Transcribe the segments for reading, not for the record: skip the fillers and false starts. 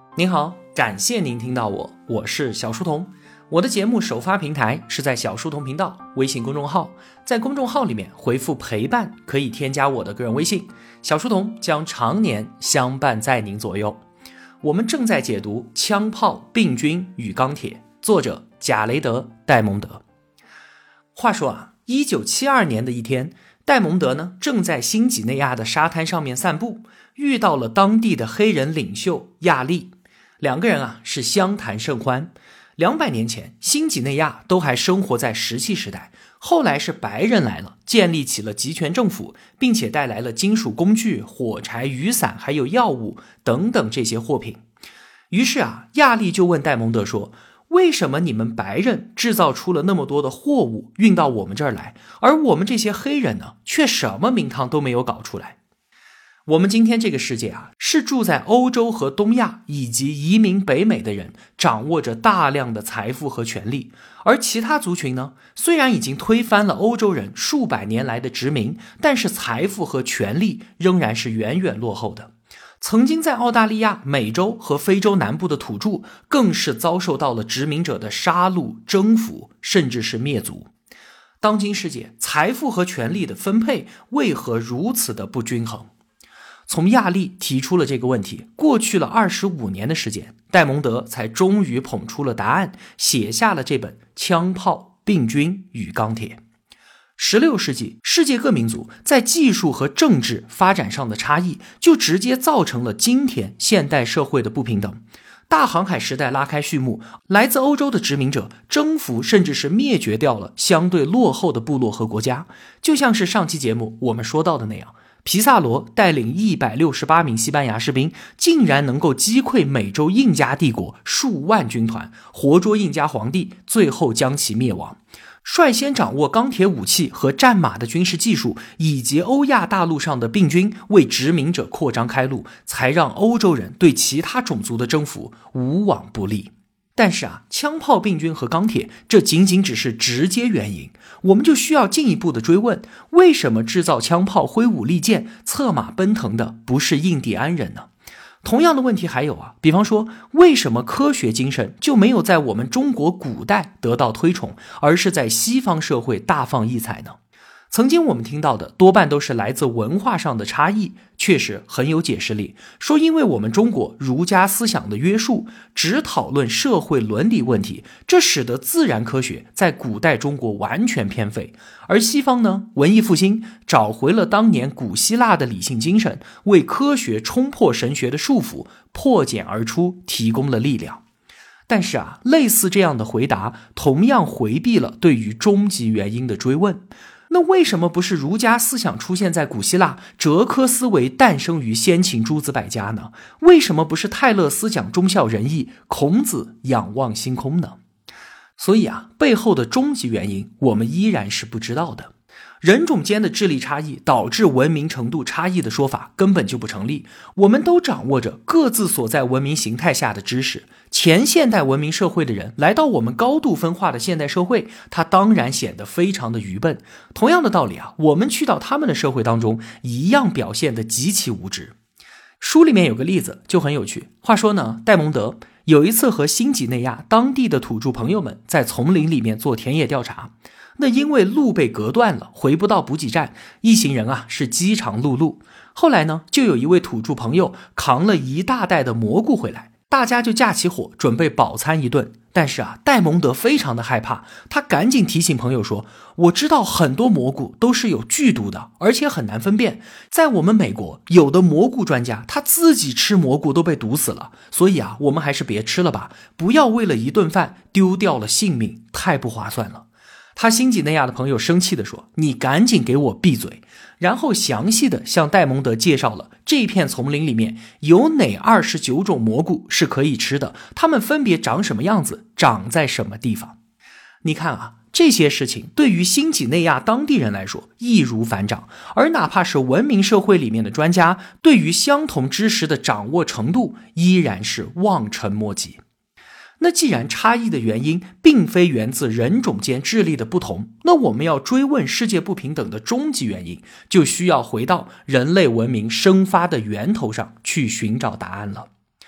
您好，感谢您听到我是小书童。我的节目首发平台是在小书童频道微信公众号，在公众号里面回复陪伴可以添加我的个人微信，小书童将常年相伴在您左右。我们正在解读《枪炮、病菌与钢铁》，作者贾雷德·戴蒙德。话说1972年的一天，戴蒙德呢正在新几内亚的沙滩上面散步，遇到了当地的黑人领袖亚历。两个人是相谈甚欢。200年前，新几内亚都还生活在石器时代，后来是白人来了，建立起了集权政府，并且带来了金属工具、火柴、雨伞还有药物等等这些货品。于是亚历就问戴蒙德说，为什么你们白人制造出了那么多的货物运到我们这儿来，而我们这些黑人呢，却什么名堂都没有搞出来？我们今天这个世界是住在欧洲和东亚以及移民北美的人掌握着大量的财富和权力，而其他族群呢，虽然已经推翻了欧洲人数百年来的殖民，但是财富和权力仍然是远远落后的。曾经在澳大利亚、美洲和非洲南部的土著更是遭受到了殖民者的杀戮、征服，甚至是灭族。当今世界财富和权力的分配为何如此的不均衡？从亚历提出了这个问题，过去了25年的时间，戴蒙德才终于捧出了答案，写下了这本《枪炮、病菌与钢铁》。16世纪，世界各民族在技术和政治发展上的差异，就直接造成了今天现代社会的不平等。大航海时代拉开序幕，来自欧洲的殖民者征服甚至是灭绝掉了相对落后的部落和国家，就像是上期节目我们说到的那样，皮萨罗带领168名西班牙士兵，竟然能够击溃美洲印加帝国数万军团，活捉印加皇帝，最后将其灭亡。率先掌握钢铁武器和战马的军事技术，以及欧亚大陆上的病菌为殖民者扩张开路，才让欧洲人对其他种族的征服无往不利。但是枪炮、病菌和钢铁，这仅仅只是直接原因，我们就需要进一步的追问，为什么制造枪炮、挥舞利剑、策马奔腾的不是印第安人呢？同样的问题还有比方说，为什么科学精神就没有在我们中国古代得到推崇，而是在西方社会大放异彩呢？曾经我们听到的多半都是来自文化上的差异，确实很有解释力，说因为我们中国儒家思想的约束，只讨论社会伦理问题，这使得自然科学在古代中国完全偏废。而西方呢，文艺复兴找回了当年古希腊的理性精神，为科学冲破神学的束缚，破茧而出，提供了力量。但是类似这样的回答同样回避了对于终极原因的追问。那为什么不是儒家思想出现在古希腊，哲科思维诞生于先秦诸子百家呢？为什么不是泰勒斯讲忠孝仁义，孔子仰望星空呢？所以背后的终极原因我们依然是不知道的。人种间的智力差异导致文明程度差异的说法根本就不成立。我们都掌握着各自所在文明形态下的知识，前现代文明社会的人来到我们高度分化的现代社会，他当然显得非常的愚笨。同样的道理我们去到他们的社会当中，一样表现得极其无知。书里面有个例子就很有趣，话说呢，戴蒙德有一次和新几内亚当地的土著朋友们在丛林里面做田野调查，那因为路被隔断了，回不到补给站，一行人是饥肠辘辘。后来呢，就有一位土著朋友扛了一大袋的蘑菇回来，大家就架起火准备饱餐一顿。但是戴蒙德非常的害怕，他赶紧提醒朋友说，我知道很多蘑菇都是有剧毒的，而且很难分辨。在我们美国，有的蘑菇专家他自己吃蘑菇都被毒死了，所以我们还是别吃了吧，不要为了一顿饭丢掉了性命，太不划算了。他新几内亚的朋友生气地说，你赶紧给我闭嘴。然后详细的向戴蒙德介绍了这片丛林里面有哪29种蘑菇是可以吃的，它们分别长什么样子，长在什么地方。你看这些事情对于新几内亚当地人来说易如反掌，而哪怕是文明社会里面的专家，对于相同知识的掌握程度依然是望尘莫及。那既然差异的原因并非源自人种间智力的不同，那我们要追问世界不平等的终极原因，就需要回到人类文明生发的源头上去寻找答案了。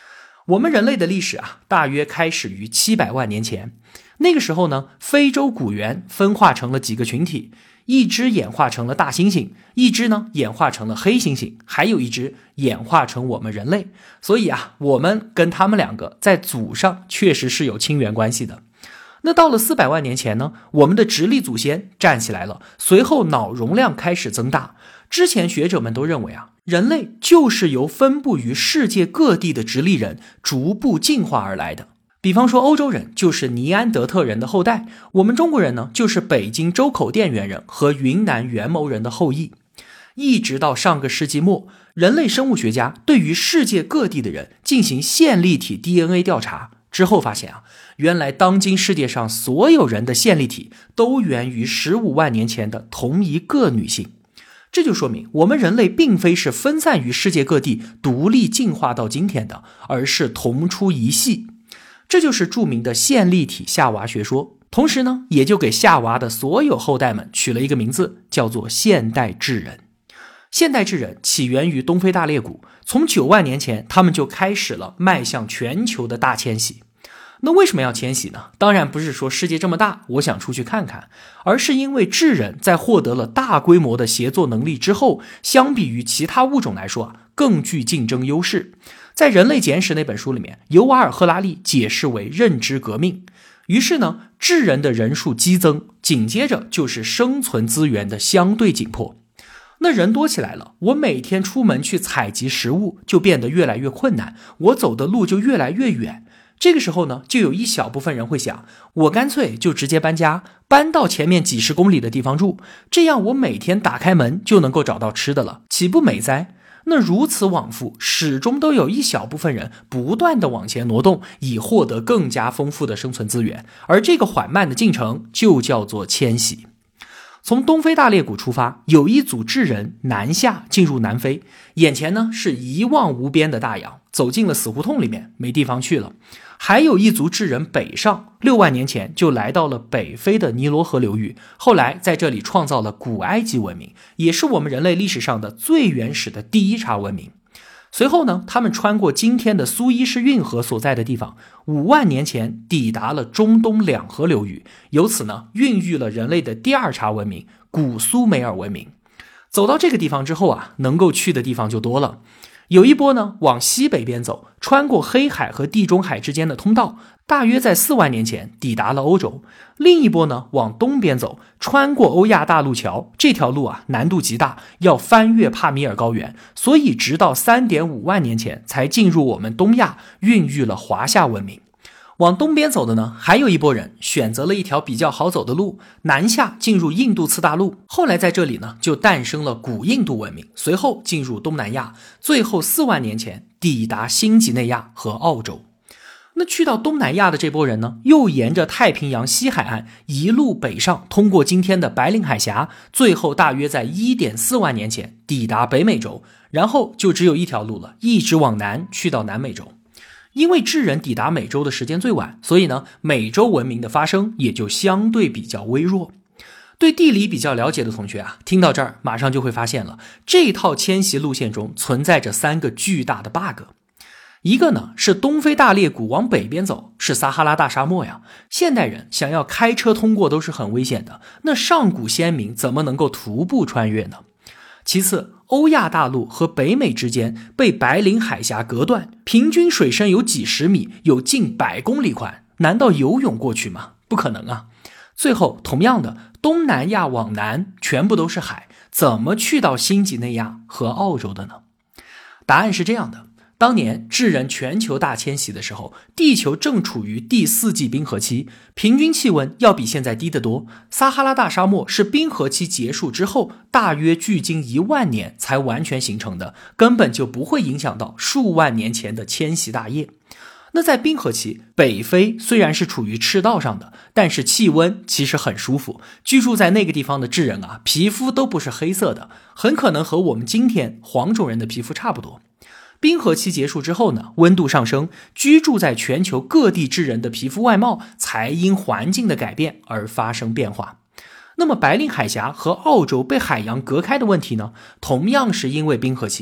我们人类的历史啊，大约开始于700万年前。那个时候呢，非洲古猿分化成了几个群体，一只演化成了大猩猩，一只呢演化成了黑猩猩，还有一只演化成我们人类。所以啊，我们跟他们两个在祖上确实是有亲缘关系的。那到了400万年前呢，我们的直立祖先站起来了，随后脑容量开始增大。之前学者们都认为啊，人类就是由分布于世界各地的直立人逐步进化而来的。比方说欧洲人就是尼安德特人的后代，我们中国人呢就是北京周口店猿人和云南元谋人的后裔。一直到上个世纪末，人类生物学家对于世界各地的人进行线粒体 DNA 调查之后发现啊，原来当今世界上所有人的线粒体都源于15万年前的同一个女性。这就说明我们人类并非是分散于世界各地独立进化到今天的，而是同出一系。这就是著名的线粒体夏娃学说，同时呢，也就给夏娃的所有后代们取了一个名字，叫做现代智人。现代智人起源于东非大裂谷，从9万年前他们就开始了迈向全球的大迁徙。那为什么要迁徙呢？当然不是说世界这么大，我想出去看看，而是因为智人在获得了大规模的协作能力之后，相比于其他物种来说更具竞争优势。在《人类简史》那本书里面，尤瓦尔·赫拉利解释为认知革命。于是呢，智人的人数激增，紧接着就是生存资源的相对紧迫。那人多起来了，我每天出门去采集食物就变得越来越困难，我走的路就越来越远。这个时候呢，就有一小部分人会想，我干脆就直接搬家，搬到前面几十公里的地方住，这样我每天打开门就能够找到吃的了，岂不美哉？那如此往复，始终都有一小部分人不断的往前挪动，以获得更加丰富的生存资源，而这个缓慢的进程就叫做迁徙。从东非大裂谷出发，有一组智人南下进入南非，眼前呢是一望无边的大洋，走进了死胡同里面，没地方去了。还有一族智人北上，6万年前就来到了北非的尼罗河流域，后来在这里创造了古埃及文明，也是我们人类历史上的最原始的第一茬文明。随后呢，他们穿过今天的苏伊士运河所在的地方，5万年前抵达了中东两河流域，由此呢，孕育了人类的第二茬文明——古苏美尔文明。走到这个地方之后啊，能够去的地方就多了。有一波呢往西北边走，穿过黑海和地中海之间的通道，大约在4万年前抵达了欧洲。另一波呢往东边走，穿过欧亚大陆桥，这条路啊难度极大，要翻越帕米尔高原，所以直到3.5万年前才进入我们东亚，孕育了华夏文明。往东边走的呢，还有一拨人选择了一条比较好走的路，南下进入印度次大陆，后来在这里呢就诞生了古印度文明，随后进入东南亚，最后4万年前抵达新几内亚和澳洲。那去到东南亚的这波人呢，又沿着太平洋西海岸一路北上，通过今天的白令海峡，最后大约在 1.4 万年前抵达北美洲，然后就只有一条路了，一直往南去到南美洲。因为智人抵达美洲的时间最晚，所以呢，美洲文明的发生也就相对比较微弱。对地理比较了解的同学啊，听到这儿马上就会发现了，这套迁徙路线中存在着3个巨大的 bug。一个呢是东非大裂谷往北边走，是撒哈拉大沙漠呀，现代人想要开车通过都是很危险的，那上古先民怎么能够徒步穿越呢？其次，欧亚大陆和北美之间被白令海峡隔断，平均水深有几十米，有近100公里宽，难道游泳过去吗？不可能啊。最后，同样的，东南亚往南全部都是海，怎么去到新几内亚和澳洲的呢？答案是这样的。当年智人全球大迁徙的时候，地球正处于第4纪冰河期，平均气温要比现在低得多。撒哈拉大沙漠是冰河期结束之后，大约距今1万年才完全形成的，根本就不会影响到数万年前的迁徙大业。那在冰河期，北非虽然是处于赤道上的，但是气温其实很舒服，居住在那个地方的智人啊，皮肤都不是黑色的，很可能和我们今天黄种人的皮肤差不多。冰河期结束之后呢，温度上升，居住在全球各地智人的皮肤外貌才因环境的改变而发生变化。那么白令海峡和澳洲被海洋隔开的问题呢，同样是因为冰河期。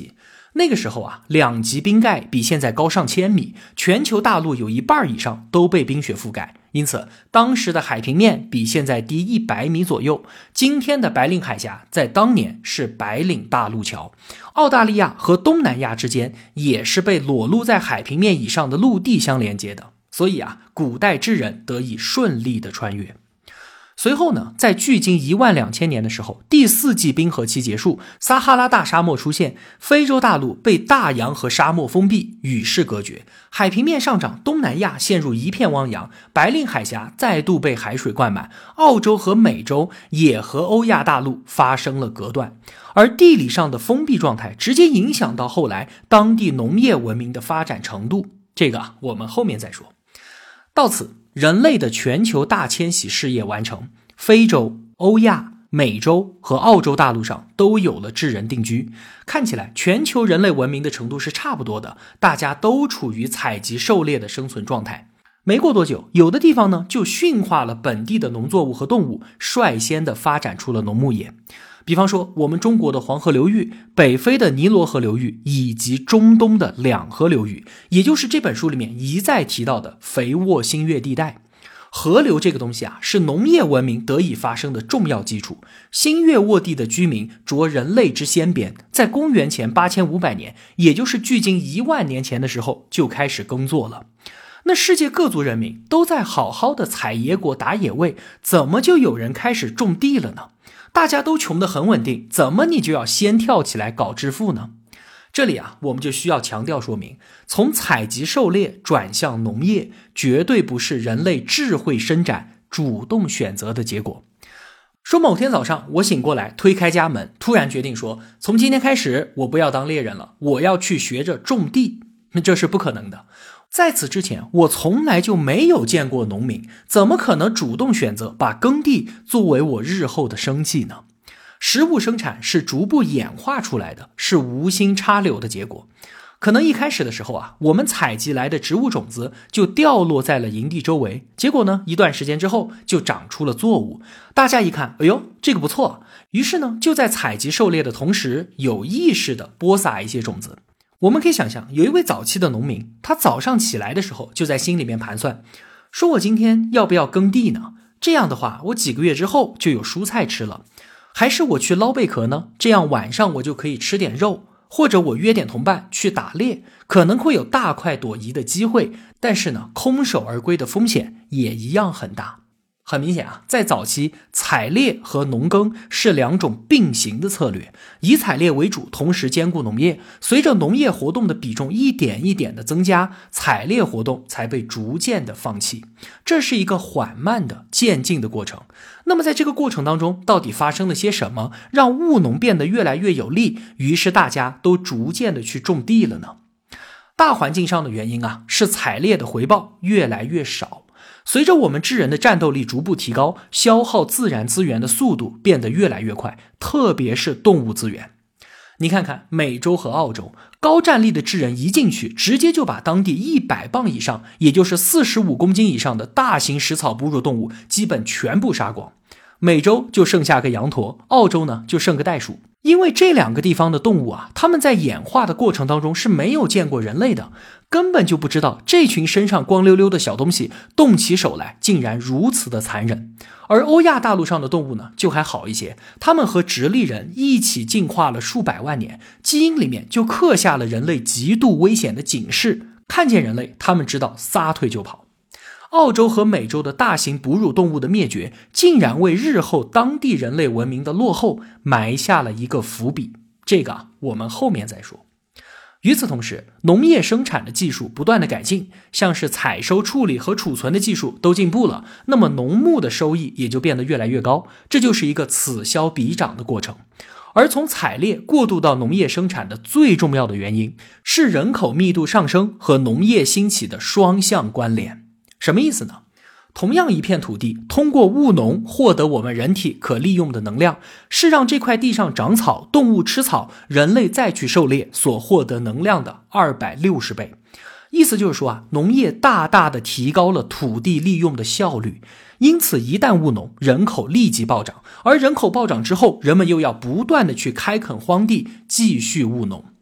那个时候啊，2级冰盖比现在高上千米，全球大陆有1半以上都被冰雪覆盖，因此当时的海平面比现在低100米左右。今天的白令海峡在当年是白令大陆桥，澳大利亚和东南亚之间也是被裸露在海平面以上的陆地相连接的，所以啊，古代之人得以顺利的穿越。随后呢，在距今12000年的时候，第4纪冰河期结束，撒哈拉大沙漠出现，非洲大陆被大洋和沙漠封闭，与世隔绝，海平面上涨，东南亚陷入一片汪洋，白令海峡再度被海水灌满，澳洲和美洲也和欧亚大陆发生了隔断，而地理上的封闭状态直接影响到后来当地农业文明的发展程度，这个我们后面再说。到此，人类的全球大迁徙事业完成，非洲、欧亚、美洲和澳洲大陆上都有了智人定居。看起来全球人类文明的程度是差不多的，大家都处于采集狩猎的生存状态。没过多久，有的地方呢就驯化了本地的农作物和动物，率先的发展出了农牧业。比方说我们中国的黄河流域、北非的尼罗河流域以及中东的两河流域，也就是这本书里面一再提到的肥沃新月地带。河流这个东西啊，是农业文明得以发生的重要基础。新月沃地的居民着人类之先鞭，在公元前8500年，也就是距今1万年前的时候就开始耕作了。那世界各族人民都在好好的采野果打野味，怎么就有人开始种地了呢？大家都穷得很稳定，怎么你就要先跳起来搞致富呢？这里啊，我们就需要强调说明，从采集狩猎转向农业，绝对不是人类智慧伸展、主动选择的结果。说某天早上我醒过来，推开家门，突然决定说，从今天开始我不要当猎人了，我要去学着种地，那这是不可能的。在此之前，我从来就没有见过农民，怎么可能主动选择把耕地作为我日后的生计呢？食物生产是逐步演化出来的，是无心插柳的结果。可能一开始的时候啊，我们采集来的植物种子就掉落在了营地周围，结果呢，一段时间之后就长出了作物。大家一看，哎呦，这个不错，于是呢，就在采集狩猎的同时，有意识地播撒一些种子。我们可以想象，有一位早期的农民，他早上起来的时候就在心里面盘算，说我今天要不要耕地呢？这样的话，我几个月之后就有蔬菜吃了。还是我去捞贝壳呢？这样晚上我就可以吃点肉。或者我约点同伴去打猎，可能会有大快朵颐的机会，但是呢，空手而归的风险也一样很大。很明显啊，在早期，采猎和农耕是2种并行的策略，以采猎为主，同时兼顾农业。随着农业活动的比重一点一点的增加，采猎活动才被逐渐的放弃。这是一个缓慢的渐进的过程。那么在这个过程当中，到底发生了些什么，让务农变得越来越有利，于是大家都逐渐的去种地了呢？大环境上的原因啊，是采猎的回报越来越少。随着我们智人的战斗力逐步提高，消耗自然资源的速度变得越来越快，特别是动物资源。你看看美洲和澳洲，高战力的智人一进去，直接就把当地100磅以上，也就是45公斤以上的大型食草哺乳动物基本全部杀光。美洲就剩下个羊驼，澳洲呢就剩个袋鼠。因为这2个地方的动物啊，它们在演化的过程当中是没有见过人类的，根本就不知道这群身上光溜溜的小东西动起手来竟然如此的残忍。而欧亚大陆上的动物呢就还好一些，它们和直立人一起进化了数百万年，基因里面就刻下了人类极度危险的警示，看见人类它们知道撒腿就跑。澳洲和美洲的大型哺乳动物的灭绝，竟然为日后当地人类文明的落后埋下了一个伏笔。这个我们后面再说。与此同时，农业生产的技术不断的改进，像是采收、处理和储存的技术都进步了，那么农牧的收益也就变得越来越高，这就是一个此消彼长的过程。而从采猎过渡到农业生产的最重要的原因，是人口密度上升和农业兴起的双向关联。什么意思呢？同样一片土地，通过务农获得我们人体可利用的能量，是让这块地上长草，动物吃草，人类再去狩猎所获得能量的260倍。意思就是说啊，农业大大的提高了土地利用的效率，因此一旦务农，人口立即暴涨，而人口暴涨之后，人们又要不断的去开垦荒地，继续务农。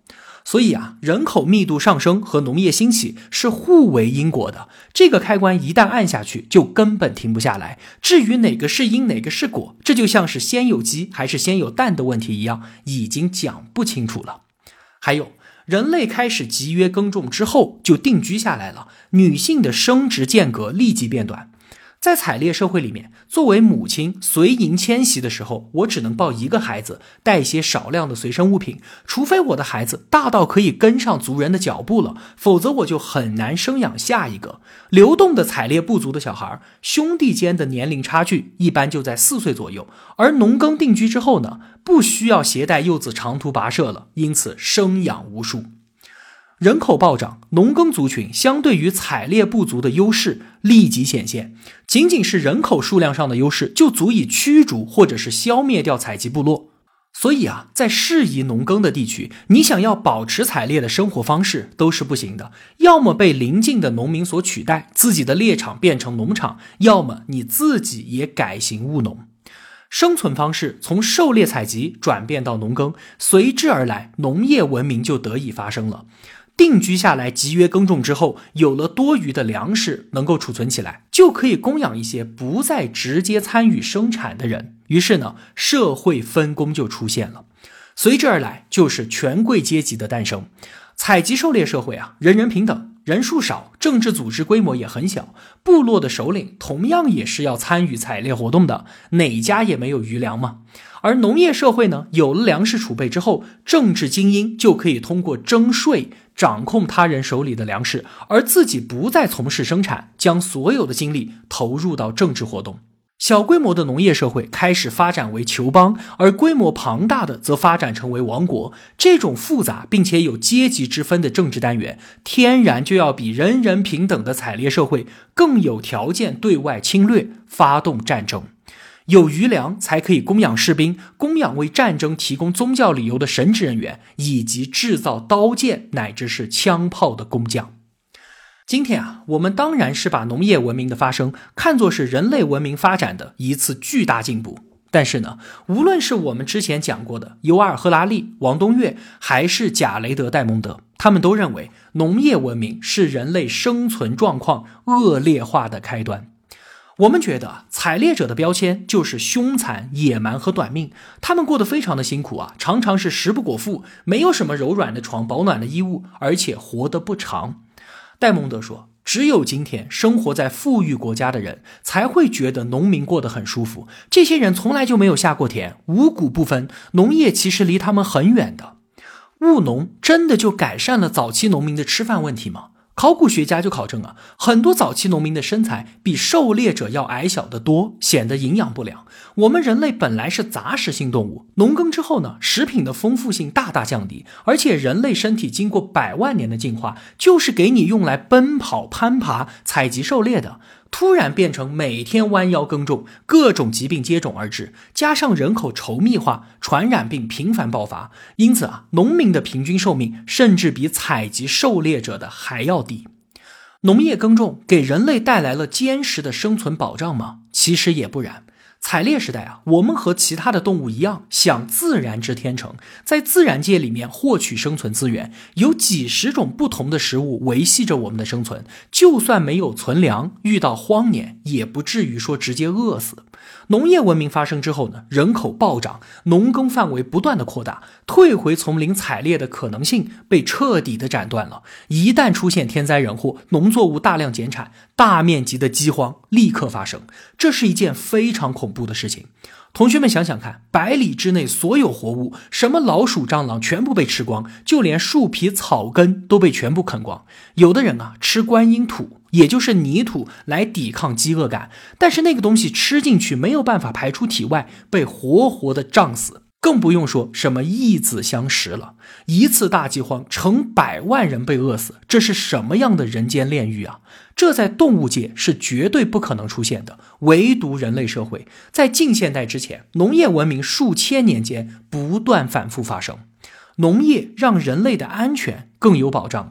所以啊，人口密度上升和农业兴起是互为因果的，这个开关一旦按下去，就根本停不下来。至于哪个是因，哪个是果，这就像是先有鸡还是先有蛋的问题一样，已经讲不清楚了。还有，人类开始集约耕种之后就定居下来了，女性的生殖间隔立即变短。在采猎社会里面，作为母亲随营迁徙的时候，我只能抱一个孩子，带些少量的随身物品，除非我的孩子大到可以跟上族人的脚步了，否则我就很难生养下一个。流动的采猎部族的小孩，兄弟间的年龄差距一般就在4岁左右，而农耕定居之后呢，不需要携带幼子长途跋涉了，因此生养无数。人口暴涨，农耕族群相对于采猎部族的优势立即显现，仅仅是人口数量上的优势就足以驱逐或者是消灭掉采集部落。所以啊，在适宜农耕的地区，你想要保持采猎的生活方式都是不行的，要么被邻近的农民所取代，自己的猎场变成农场，要么你自己也改行务农。生存方式从狩猎采集转变到农耕，随之而来农业文明就得以发生了。定居下来集约耕种之后，有了多余的粮食能够储存起来，就可以供养一些不再直接参与生产的人，于是呢，社会分工就出现了。随之而来就是权贵阶级的诞生。采集狩猎社会啊，人人平等，人数少，政治组织规模也很小，部落的首领同样也是要参与采猎活动的，哪家也没有余粮嘛。而农业社会呢，有了粮食储备之后，政治精英就可以通过征税掌控他人手里的粮食，而自己不再从事生产，将所有的精力投入到政治活动。小规模的农业社会开始发展为酋邦，而规模庞大的则发展成为王国。这种复杂并且有阶级之分的政治单元，天然就要比人人平等的采猎社会更有条件对外侵略，发动战争。有余粮才可以供养士兵，供养为战争提供宗教理由的神职人员，以及制造刀剑乃至是枪炮的工匠。今天啊，我们当然是把农业文明的发生看作是人类文明发展的一次巨大进步。但是呢，无论是我们之前讲过的尤瓦尔·赫拉利、王东岳，还是贾雷德·戴蒙德，他们都认为农业文明是人类生存状况恶劣化的开端。我们觉得采猎者的标签就是凶残、野蛮和短命，他们过得非常的辛苦啊，常常是食不果腹，没有什么柔软的床、保暖的衣物，而且活得不长。戴蒙德说，只有今天生活在富裕国家的人才会觉得农民过得很舒服，这些人从来就没有下过田，五谷不分，农业其实离他们很远的。务农真的就改善了早期农民的吃饭问题吗？考古学家就考证啊，很多早期农民的身材比狩猎者要矮小得多，显得营养不良。我们人类本来是杂食性动物，农耕之后呢，食品的丰富性大大降低，而且人类身体经过100万年的进化，就是给你用来奔跑、攀爬、采集、狩猎的。突然变成每天弯腰耕种，各种疾病接踵而至，加上人口稠密化，传染病频繁爆发，因此啊，农民的平均寿命甚至比采集狩猎者的还要低。农业耕种给人类带来了坚实的生存保障吗？其实也不然。采猎时代啊，我们和其他的动物一样，享自然之天成，在自然界里面获取生存资源，有几十种不同的食物维系着我们的生存，就算没有存粮，遇到荒年也不至于说直接饿死。农业文明发生之后呢，人口暴涨，农耕范围不断的扩大，退回丛林采猎的可能性被彻底的斩断了。一旦出现天灾人祸，农作物大量减产，大面积的饥荒立刻发生，这是一件非常恐怖的事情。同学们想想看，100里之内所有活物，什么老鼠、蟑螂全部被吃光，就连树皮、草根都被全部啃光。有的人啊，吃观音土，也就是泥土来抵抗饥饿感，但是那个东西吃进去没有办法排出体外，被活活的胀死。更不用说什么异子相食了，一次大饥荒，成100万人被饿死，这是什么样的人间炼狱啊？这在动物界是绝对不可能出现的，唯独人类社会在近现代之前，农业文明数千年间不断反复发生。农业让人类的安全更有保障吗？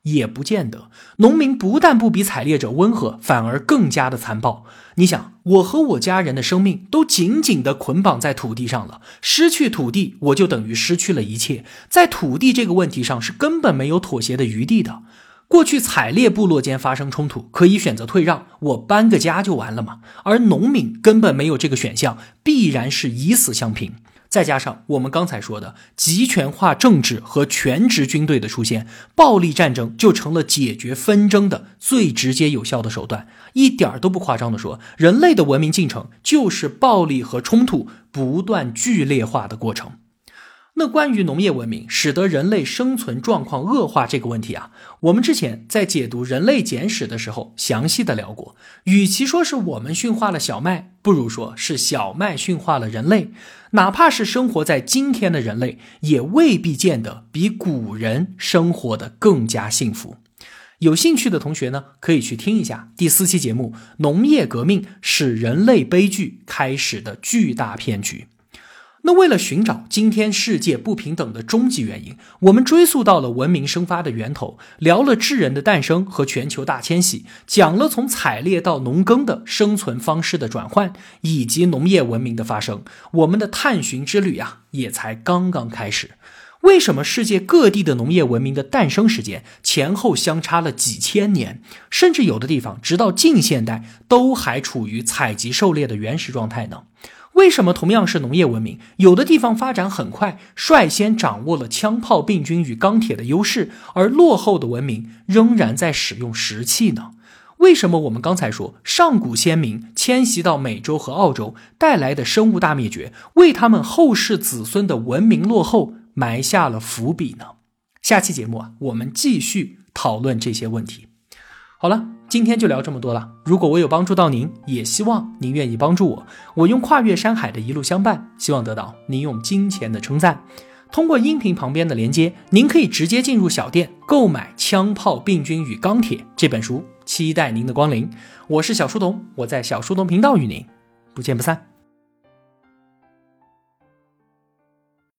也不见得。农民不但不比采猎者温和，反而更加的残暴。你想，我和我家人的生命都紧紧地捆绑在土地上了，失去土地，我就等于失去了一切。在土地这个问题上是根本没有妥协的余地的。过去采猎部落间发生冲突，可以选择退让，我搬个家就完了嘛。而农民根本没有这个选项，必然是以死相拼。再加上我们刚才说的集权化政治和全职军队的出现，暴力战争就成了解决纷争的最直接有效的手段。一点都不夸张的说，人类的文明进程就是暴力和冲突不断剧烈化的过程。那关于农业文明使得人类生存状况恶化这个问题啊，我们之前在解读人类简史的时候详细的聊过。与其说是我们驯化了小麦，不如说是小麦驯化了人类。哪怕是生活在今天的人类，也未必见得比古人生活的更加幸福。有兴趣的同学呢，可以去听一下第4期节目《农业革命使人类悲剧开始的巨大骗局》。那为了寻找今天世界不平等的终极原因，我们追溯到了文明生发的源头，聊了智人的诞生和全球大迁徙，讲了从采猎到农耕的生存方式的转换，以及农业文明的发生。我们的探寻之旅啊，也才刚刚开始。为什么世界各地的农业文明的诞生时间前后相差了几千年，甚至有的地方直到近现代都还处于采集狩猎的原始状态呢？为什么同样是农业文明，有的地方发展很快，率先掌握了枪炮、病菌与钢铁的优势，而落后的文明仍然在使用石器呢？为什么我们刚才说上古先民迁徙到美洲和澳洲带来的生物大灭绝，为他们后世子孙的文明落后埋下了伏笔呢？下期节目啊，我们继续讨论这些问题。好了，今天就聊这么多了。如果我有帮助到您，也希望您愿意帮助我。我用跨越山海的一路相伴，希望得到您用金钱的称赞。通过音频旁边的连接，您可以直接进入小店购买《枪炮、病菌与钢铁》这本书，期待您的光临。我是小书童，我在小书童频道与您不见不散。